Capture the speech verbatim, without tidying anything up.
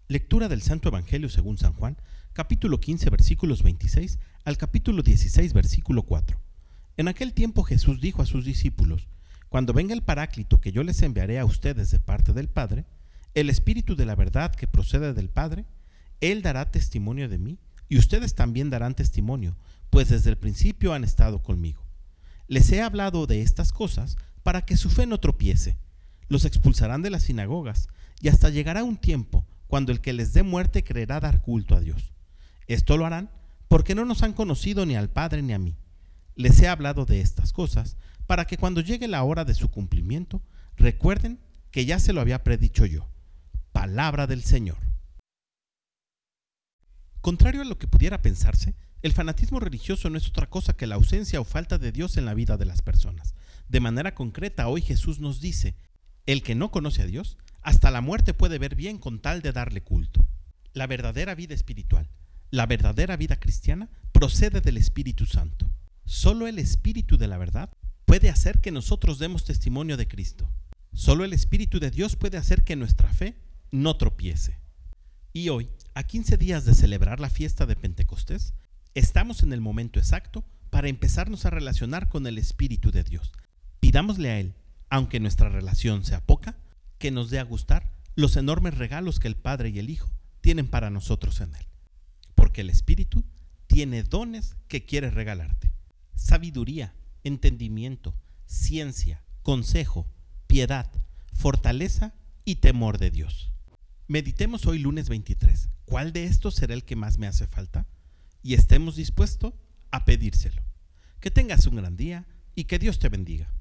Lectura del Santo Evangelio según San Juan, capítulo quince, versículos veintiséis al capítulo dieciséis, versículo cuatro. En aquel tiempo Jesús dijo a sus discípulos: Cuando venga el Paráclito que yo les enviaré a ustedes de parte del Padre, el Espíritu de la verdad que procede del Padre, Él dará testimonio de mí, y ustedes también darán testimonio, pues desde el principio han estado conmigo. Les he hablado de estas cosas para que su fe no tropiece. Los expulsarán de las sinagogas, y hasta llegará un tiempo cuando el que les dé muerte creerá dar culto a Dios. Esto lo harán porque no nos han conocido ni al Padre ni a mí. Les he hablado de estas cosas para que cuando llegue la hora de su cumplimiento, recuerden que ya se lo había predicho yo. Palabra del Señor. Contrario a lo que pudiera pensarse, el fanatismo religioso no es otra cosa que la ausencia o falta de Dios en la vida de las personas. De manera concreta, hoy Jesús nos dice: el que no conoce a Dios, hasta la muerte puede ver bien con tal de darle culto. La verdadera vida espiritual, la verdadera vida cristiana, procede del Espíritu Santo. Solo el Espíritu de la verdad puede hacer que nosotros demos testimonio de Cristo. Solo el Espíritu de Dios puede hacer que nuestra fe no tropiece. Y hoy, a quince días de celebrar la fiesta de Pentecostés, estamos en el momento exacto para empezarnos a relacionar con el Espíritu de Dios. Pidámosle a Él, aunque nuestra relación sea poca, que nos dé a gustar los enormes regalos que el Padre y el Hijo tienen para nosotros en Él. Porque el Espíritu tiene dones que quiere regalarte: sabiduría, entendimiento, ciencia, consejo, piedad, fortaleza y temor de Dios. Meditemos hoy lunes veintitrés. ¿Cuál de estos será el que más me hace falta? Y estemos dispuestos a pedírselo. Que tengas un gran día y que Dios te bendiga.